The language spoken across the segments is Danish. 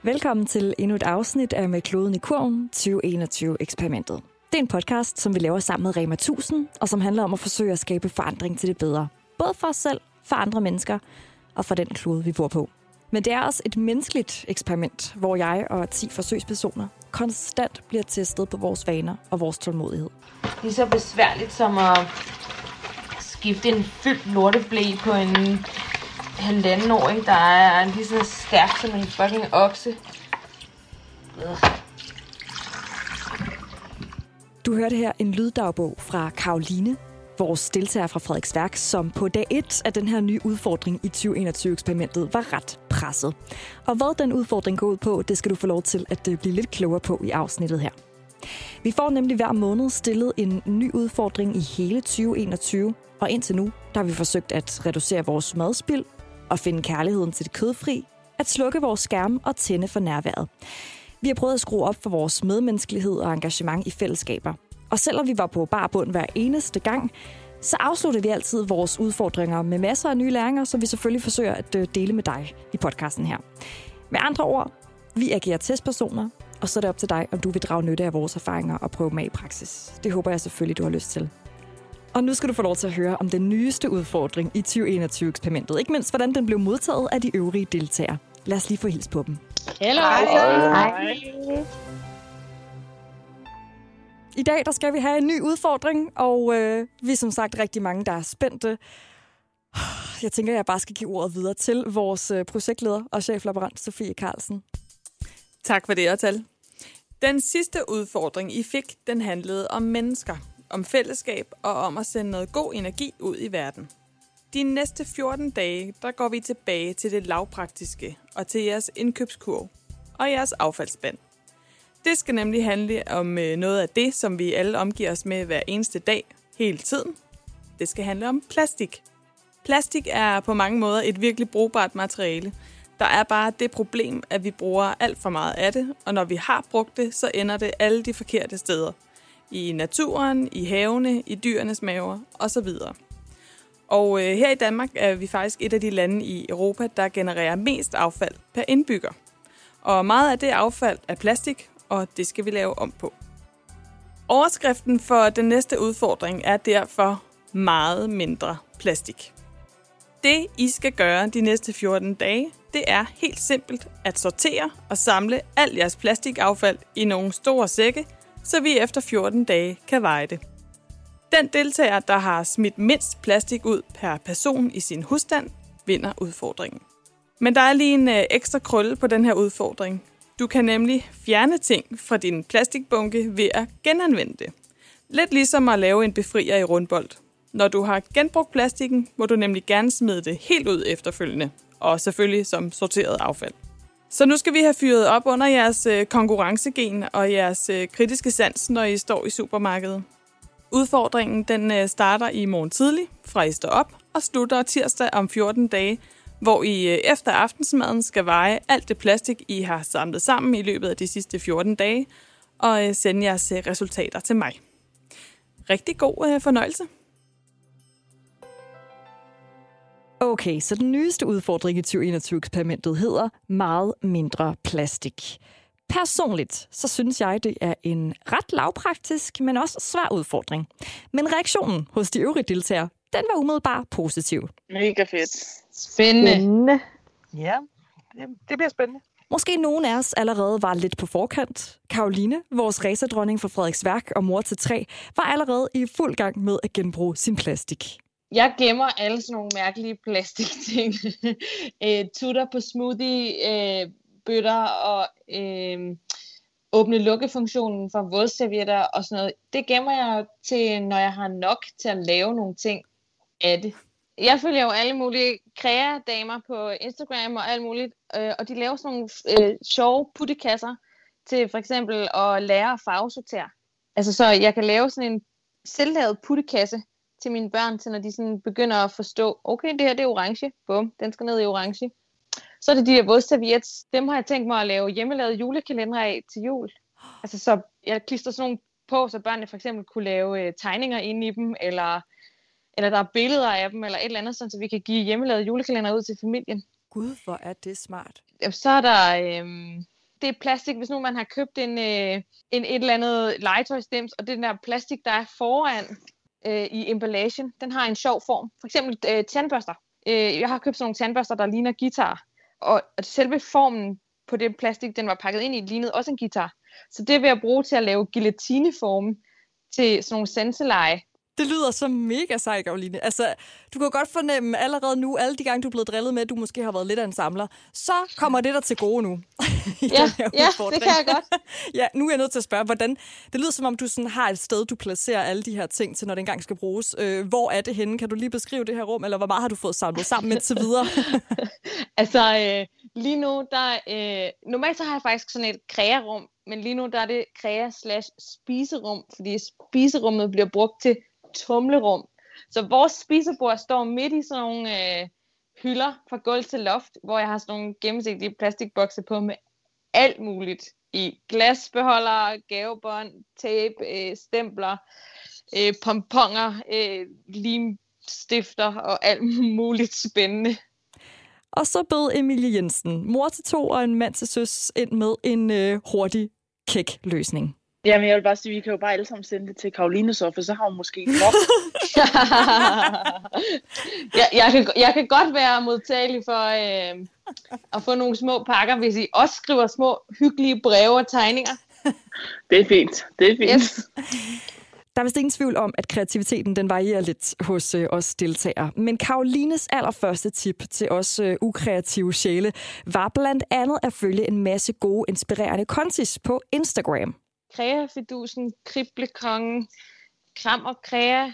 Velkommen til endnu et afsnit af Med kloden i kurven 2021-eksperimentet. Det er en podcast, som vi laver sammen med Rema 1000, og som handler om at forsøge at skabe forandring til det bedre. Både for os selv, for andre mennesker og for den klode, vi bor på. Men det er også et menneskeligt eksperiment, hvor jeg og 10 forsøgspersoner konstant bliver testet på vores vaner og vores tålmodighed. Det er så besværligt som at skifte en fyldt lorteblæ på en halvandenåring, der er lige så stærk som en fucking okse. Du hørte her en lyddagbog fra Karoline, vores deltager fra Frederiksværk, som på dag 1 af den her nye udfordring i 2021-eksperimentet var ret presset. Og hvad den udfordring går ud på, det skal du få lov til at blive lidt klogere på i afsnittet her. Vi får nemlig hver måned stillet en ny udfordring i hele 2021, og indtil nu, der har vi forsøgt at reducere vores madspild og finde kærligheden til det kødfri, at slukke vores skærme og tænde for nærværet. Vi har prøvet at skrue op for vores medmenneskelighed og engagement i fællesskaber. Og selvom vi var på bar bund hver eneste gang, så afslutter vi altid vores udfordringer med masser af nye læringer, som vi selvfølgelig forsøger at dele med dig i podcasten her. Med andre ord, vi agerer testpersoner, og så er det op til dig, om du vil drage nytte af vores erfaringer og prøve med i praksis. Det håber jeg selvfølgelig, du har lyst til. Og nu skal du få lov til at høre om den nyeste udfordring i 2021-eksperimentet. Ikke mindst, hvordan den blev modtaget af de øvrige deltagere. Lad os lige få hils på dem. Hello. Hej. I dag der skal vi have en ny udfordring, og vi er som sagt rigtig mange, der er spændte. Jeg tænker, jeg bare skal give ordet videre til vores projektleder og cheflaborant, Sofie Carlsen. Tak for det, Otal. Den sidste udfordring, I fik, den handlede om mennesker, om fællesskab og om at sende noget god energi ud i verden. De næste 14 dage, der går vi tilbage til det lavpraktiske og til jeres indkøbskurv og jeres affaldsspand. Det skal nemlig handle om noget af det, som vi alle omgiver os med hver eneste dag, hele tiden. Det skal handle om plastik. Plastik er på mange måder et virkelig brugbart materiale. Der er bare det problem, at vi bruger alt for meget af det, og når vi har brugt det, så ender det alle de forkerte steder. I naturen, i havene, i dyrenes maver osv. Og her i Danmark er vi faktisk et af de lande i Europa, der genererer mest affald per indbygger. Og meget af det affald er plastik, og det skal vi lave om på. Overskriften for den næste udfordring er derfor meget mindre plastik. Det, I skal gøre de næste 14 dage, det er helt simpelt at sortere og samle al jeres plastikaffald i nogle store sække, så vi efter 14 dage kan veje det. Den deltager, der har smidt mindst plastik ud per person i sin husstand, vinder udfordringen. Men der er lige en ekstra krølle på den her udfordring. Du kan nemlig fjerne ting fra din plastikbunke ved at genanvende det. Lidt ligesom at lave en befrier i rundbold. Når du har genbrugt plastikken, må du nemlig gerne smide det helt ud efterfølgende. Og selvfølgelig som sorteret affald. Så nu skal vi have fyret op under jeres konkurrencegen og jeres kritiske sans, når I står i supermarkedet. Udfordringen den starter i morgen tidlig, fra I står op, og slutter tirsdag om 14 dage, hvor I efter aftensmaden skal veje alt det plastik, I har samlet sammen i løbet af de sidste 14 dage, og sende jeres resultater til mig. Rigtig god fornøjelse. Okay, så den nyeste udfordring i 2021-eksperimentet hedder meget mindre plastik. Personligt, så synes jeg, det er en ret lavpraktisk, men også svær udfordring. Men reaktionen hos de øvrige deltagere, den var umiddelbart positiv. Mega fedt. Spændende. Ja, det bliver spændende. Måske nogen af os allerede var lidt på forkant. Karoline, vores racerdronning fra Frederiksværk og mor til 3, var allerede i fuld gang med at genbruge sin plastik. Jeg gemmer alle sådan nogle mærkelige plastikting. Tutter på smoothie, bøtter og åbne lukkefunktionen for vådservietter og sådan noget. Det gemmer jeg til, når jeg har nok til at lave nogle ting af det. Jeg følger jo alle mulige kreadamer på Instagram og alt muligt, og de laver sådan nogle sjove puttekasser til for eksempel at lære at farvesortere. Altså så jeg kan lave sådan en selvlavet puttekasse til mine børn, til når de sådan begynder at forstå, okay, det her det er orange, bum, den skal ned i orange. Så er det de der vådservietter, dem har jeg tænkt mig at lave hjemmelavede julekalendere af til jul. Altså så jeg klister sådan nogle på, så børnene for eksempel kunne lave tegninger inde i dem, eller der er billeder af dem, eller et eller andet, så vi kan give hjemmelavede julekalendere ud til familien. Gud, hvor er det smart. Så er der det er plastik, hvis nu man har købt en et eller andet legetøjsdims, og den der plastik, der er foran i emballagen, den har en sjov form. For eksempel tandbørster. Jeg har købt sådan nogle tandbørster, der ligner guitar. Og selve formen på det plastik, den var pakket ind i, lignede også en guitar. Så det vil jeg bruge til at lave gelatineforme til sådan nogle sanseleje. Det lyder så mega sejt, Caroline. Altså, du kan godt fornemme allerede nu, alle de gange, du er blevet drillet med, at du måske har været lidt af en samler, så kommer det der til gode nu. Ja, det kan jeg godt. Ja, nu er jeg nødt til at spørge, hvordan... Det lyder som om, du sådan har et sted, du placerer alle de her ting til, når det engang skal bruges. Hvor er det henne? Kan du lige beskrive det her rum, eller hvor meget har du fået samlet sammen indtil videre? Altså, lige nu, normalt så har jeg faktisk sådan et krearum, men lige nu, der er det krea/spiserum, fordi spiserummet bliver brugt til tumlerum. Så vores spisebord står midt i sådan nogle hylder fra gulv til loft, hvor jeg har sådan nogle gennemsigtige plastikbokse på med alt muligt i. Glasbeholdere, gavebånd, tape, stempler, pomponer, limstifter og alt muligt spændende. Og så bød Emilie Jensen, mor til 2 og en mand til søs, ind med en hurtig kæk løsning. Jamen, jeg vil bare sige, vi kan jo bare alle sammen sende det til Caroline så, for så har hun måske nok. jeg kan godt være modtagelig for at få nogle små pakker, hvis I også skriver små, hyggelige breve og tegninger. Det er fint. Yes. Der er vist ingen tvivl om, at kreativiteten den varierer lidt hos os deltagere. Men Carolines allerførste tip til os ukreative sjæle var blandt andet at følge en masse gode, inspirerende kontis på Instagram. Kreafidusen, Kriblekongen, Kram og Krea,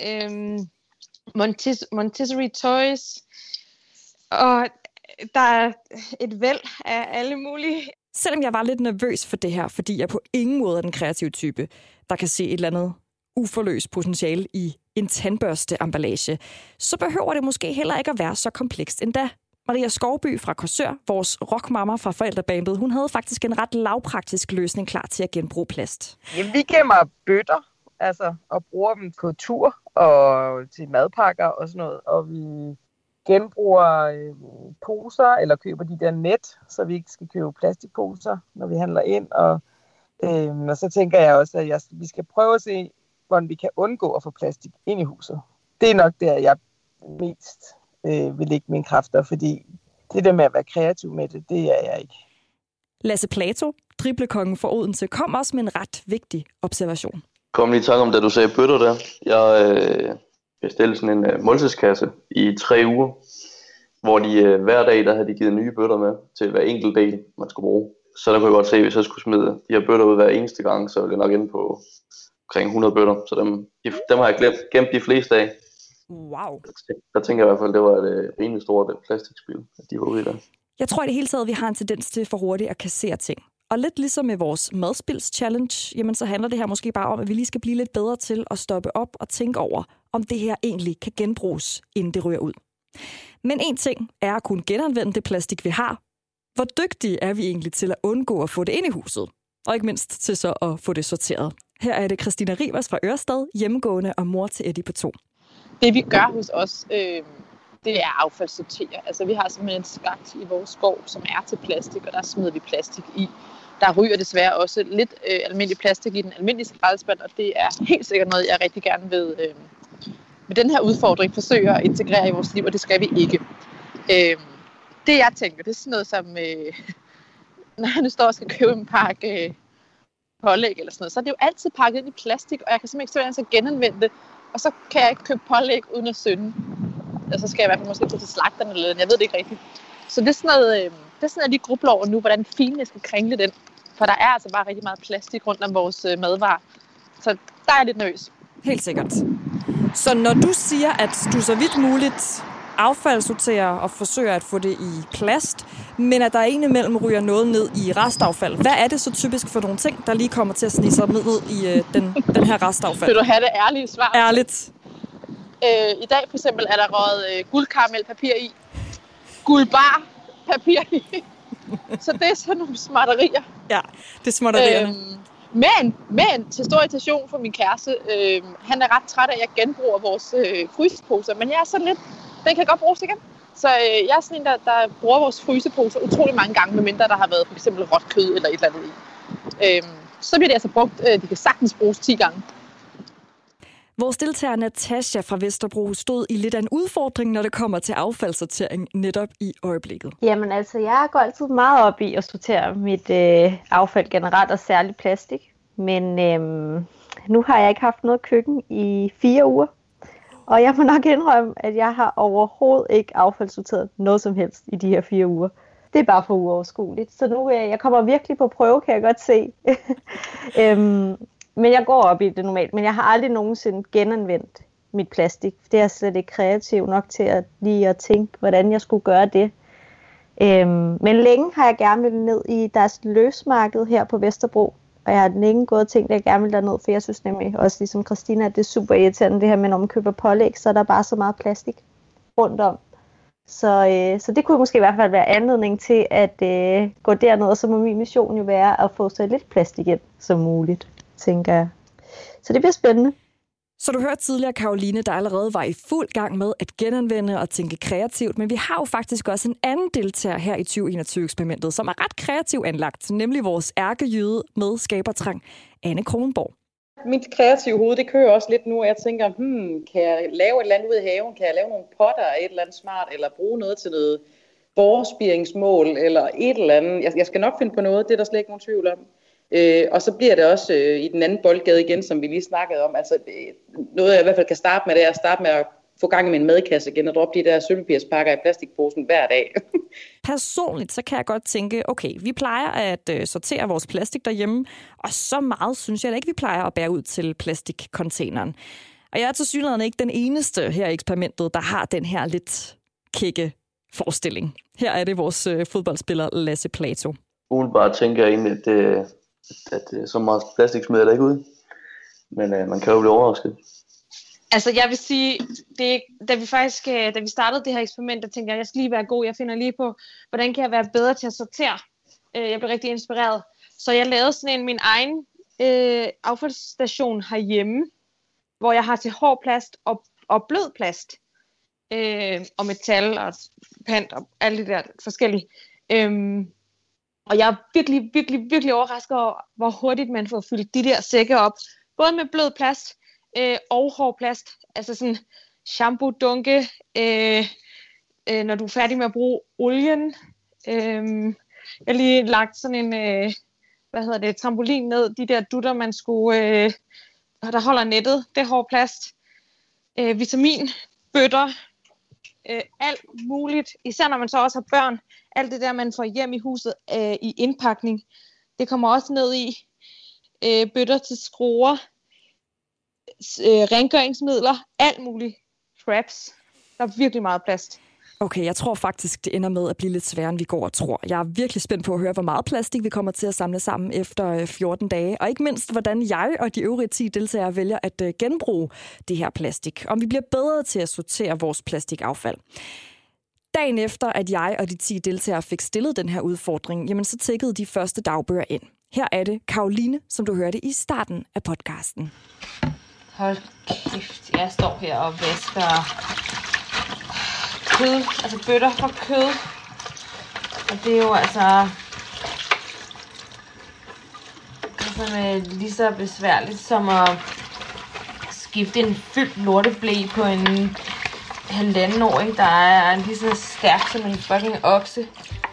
Montessori Toys, og der er et væld af alle mulige. Selvom jeg var lidt nervøs for det her, fordi jeg på ingen måde er den kreative type, der kan se et eller andet uforløst potentiale i en tandbørsteemballage, så behøver det måske heller ikke at være så komplekst endda. Maria Skovby fra Korsør, vores rockmamma fra forældrebandet, hun havde faktisk en ret lavpraktisk løsning klar til at genbruge plast. Jamen, vi gemmer bøtter, og bruger dem på tur og til madpakker og sådan noget. Og vi genbruger poser, eller køber de der net, så vi ikke skal købe plastikposer, når vi handler ind. Og så tænker jeg også, at vi skal prøve at se, hvordan vi kan undgå at få plastik ind i huset. Det er nok der, jeg mest vil lægge mine kræfter, fordi det der med at være kreativ med det er jeg ikke. Lasse Plato, driblekongen for Odense, kom også med en ret vigtig observation. Kom lige i tanke om, da du sagde bøtter der. Jeg bestilte sådan en måltidskasse i 3 uger, hvor de hver dag, der havde de givet nye bøtter med til hver enkelt del, man skulle bruge. Så der kunne jeg godt se, at hvis jeg skulle smide de her bøtter ud hver eneste gang, så ville jeg nok inde på omkring 100 bøtter. Så dem har jeg gemt de fleste af. Wow. Der tænker jeg i hvert fald, det var et rimelig stort plastikspil, at de var ude i der. Jeg tror i det hele taget, vi har en tendens til for hurtigt at kassere ting. Og lidt ligesom med vores madspils-challenge, jamen så handler det her måske bare om, at vi lige skal blive lidt bedre til at stoppe op og tænke over, om det her egentlig kan genbruges, inden det ryger ud. Men en ting er at kunne genanvende det plastik, vi har. Hvor dygtige er vi egentlig til at undgå at få det ind i huset? Og ikke mindst til så at få det sorteret. Her er det Christina Rivers fra Ørsted, hjemmegående og mor til Eddie på 2. Det vi gør hos os, det er affaldssortere. Altså vi har simpelthen en skakt i vores skov, som er til plastik, og der smider vi plastik i. Der ryger desværre også lidt almindelig plastik i den almindelige skraldespand, og det er helt sikkert noget, jeg rigtig gerne vil med den her udfordring forsøge at integrere i vores liv, og det skal vi ikke. Det jeg tænker, det er sådan noget som, når jeg nu står og skal købe en pakke pålæg eller sådan noget, så er det jo altid pakket ind i plastik, og jeg kan simpelthen ikke se, hvordan jeg genanvende det, og så kan jeg ikke købe pålæg uden at synde. Og så skal jeg i hvert fald måske gå til slagteren eller noget, jeg ved det ikke rigtigt. Så det er sådan noget, jeg lige grubler over nu, hvordan fint jeg skal kringle den. For der er altså bare rigtig meget plastik rundt om vores madvarer. Så der er jeg lidt nervøs. Helt sikkert. Så når du siger, at du så vidt muligt affaldssorterer og forsøger at få det i plast, men at der indimellem ryger noget ned i restaffald, hvad er det så typisk for nogle ting, der lige kommer til at snige sig ned i den her restaffald? Vil du have det ærlige svar? Ærligt. I dag for eksempel er der røget guldkaramelpapir i, guldbarpapir i, så det er sådan nogle smarterier. Ja, det er smarterierne. Men til stor irritation for min kæreste, han er ret træt af, at jeg genbruger vores fryseposer, men jeg er sådan lidt, den kan godt bruges igen. Så jeg er sådan en, der bruger vores fryseposer utrolig mange gange, medmindre der har været for eksempel råt kød eller et eller andet i. Så bliver det altså brugt, de kan sagtens bruges 10 gange. Vores deltager Natasha fra Vesterbro stod i lidt af en udfordring, når det kommer til affaldssortering netop i øjeblikket. Jamen altså, jeg går altid meget op i at sortere mit affald generelt, og særligt plastik. Men nu har jeg ikke haft noget køkken i 4 uger. Og jeg må nok indrømme, at jeg har overhovedet ikke affaldssorteret noget som helst i de her 4 uger. Det er bare for uoverskueligt. Så nu jeg kommer virkelig på prøve, kan jeg godt se. Men jeg går op i det normalt. Men jeg har aldrig nogensinde genanvendt mit plastik. Det er slet ikke kreativ nok til at lige at tænke, hvordan jeg skulle gøre det. Men længe har jeg gerne vil ned i deres løsmarked her på Vesterbro. Og jeg har længe gået og tænkt, at jeg gerne vil derned, for jeg synes nemlig også ligesom Christina, at det er super irriterende det her med, når man køber pålæg, så er der bare så meget plastik rundt om. Så det kunne måske i hvert fald være anledning til at gå derned, og så må min mission jo være at få så lidt plastik ind som muligt, tænker jeg. Så det bliver spændende. Så du hørte tidligere Caroline, der allerede var i fuld gang med at genanvende og tænke kreativt, men vi har jo faktisk også en anden deltager her i 2021-eksperimentet, som er ret kreativt anlagt, nemlig vores ærkejyde med skabertrang, Anne Kronborg. Mit kreative hoved, det kører også lidt nu, og jeg tænker, kan jeg lave et eller andet ude i haven? Kan jeg lave nogle potter af et eller andet smart, eller bruge noget til noget borgerspiringsmål, eller et eller andet? Jeg skal nok finde på noget, det er der slet ikke nogen tvivl om. Og så bliver det også i den anden boldgade igen, som vi lige snakkede om. Altså, noget jeg i hvert fald kan starte med, det er at starte med at få gang i min madkasse igen og droppe de der sølvpapirspakker i plastikposen hver dag. Personligt så kan jeg godt tænke, okay, vi plejer at sortere vores plastik derhjemme, og så meget synes jeg da ikke, vi plejer at bære ud til plastikcontaineren. Og jeg er tilsyneladende ikke den eneste her i eksperimentet, der har den her lidt kække forestilling. Her er det vores fodboldspiller Lasse Plato. Umiddelbart tænker jeg egentlig, at så meget plastik smider der ikke ud. Men man kan jo blive overrasket. Altså jeg vil sige, da vi startede det her eksperiment, der tænkte jeg skal lige være god. Jeg finder lige på, hvordan kan jeg være bedre til at sortere. Jeg blev rigtig inspireret. Så jeg lavede sådan min egen affaldsstation herhjemme, hvor jeg har til hård plast og blød plast. Og metal og pant og alt det der forskellige. Og jeg er virkelig, virkelig, virkelig overrasket over, hvor hurtigt man får fyldt de der sække op. Både med blød plast og hård plast. Altså sådan shampoo-dunke, når du er færdig med at bruge olien. Jeg har lige lagt sådan en, trampolin ned. De der dutter, man skulle, der holder nettet. Det er hård plast. Vitaminbøtter. Alt muligt. Især når man så også har børn. Alt det der, man får hjem i huset i indpakning. Det kommer også ned i bøtter til skruer. Rengøringsmidler, alt muligt. Traps. Der er virkelig meget plast. Okay, jeg tror faktisk, det ender med at blive lidt sværere, end vi går og tror. Jeg er virkelig spændt på at høre, hvor meget plastik vi kommer til at samle sammen efter 14 dage. Og ikke mindst, hvordan jeg og de øvrige 10 deltagere vælger at genbruge det her plastik. Om vi bliver bedre til at sortere vores plastikaffald. Dagen efter, at jeg og de 10 deltagere fik stillet den her udfordring, jamen så tikkede de første dagbøger ind. Her er det Caroline, som du hørte i starten af podcasten. Hold kæft, jeg står her og vasker kød, altså bøtter for kød. Og det er jo altså lige så besværligt som at skifte en fyldt lorteblæ på en 1,5-årig, der er lige så stærk som en fucking okse.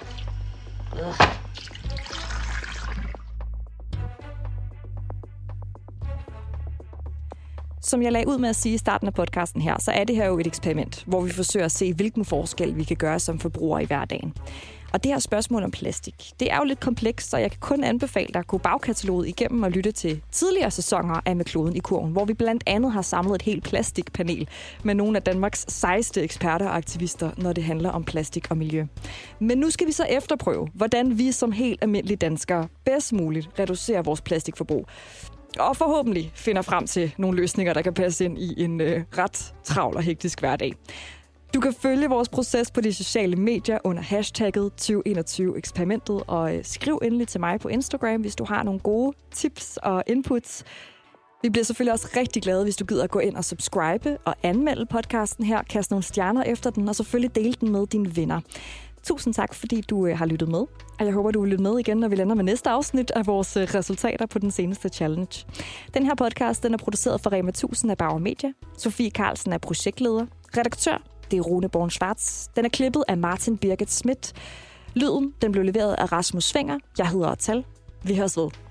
Som jeg lagde ud med at sige i starten af podcasten her, så er det her jo et eksperiment, hvor vi forsøger at se, hvilken forskel vi kan gøre som forbrugere i hverdagen. Og det her spørgsmål om plastik, det er jo lidt komplekst, så jeg kan kun anbefale dig at gå bagkataloget igennem og lytte til tidligere sæsoner af Med Kloden i Kurven, hvor vi blandt andet har samlet et helt plastikpanel med nogle af Danmarks sejeste eksperter og aktivister, når det handler om plastik og miljø. Men nu skal vi så efterprøve, hvordan vi som helt almindelige danskere bedst muligt reducerer vores plastikforbrug. Og forhåbentlig finder frem til nogle løsninger, der kan passe ind i en ret travl og hektisk hverdag. Du kan følge vores proces på de sociale medier under hashtagget 2021eksperimentet, og skriv endelig til mig på Instagram, hvis du har nogle gode tips og inputs. Vi bliver selvfølgelig også rigtig glade, hvis du gider at gå ind og subscribe og anmelde podcasten her, kaste nogle stjerner efter den, og selvfølgelig dele den med dine venner. Tusind tak, fordi du har lyttet med, og jeg håber, du vil lytte med igen, når vi lander med næste afsnit af vores resultater på den seneste challenge. Den her podcast den er produceret for Rema 1000 af Bauer Media. Sofie Carlsen er projektleder. Redaktør, det er Rune Born Schwartz. Den er klippet af Martin Birgit Schmidt. Lyden den blev leveret af Rasmus Svinger. Jeg hedder Tal. Vi høres ved.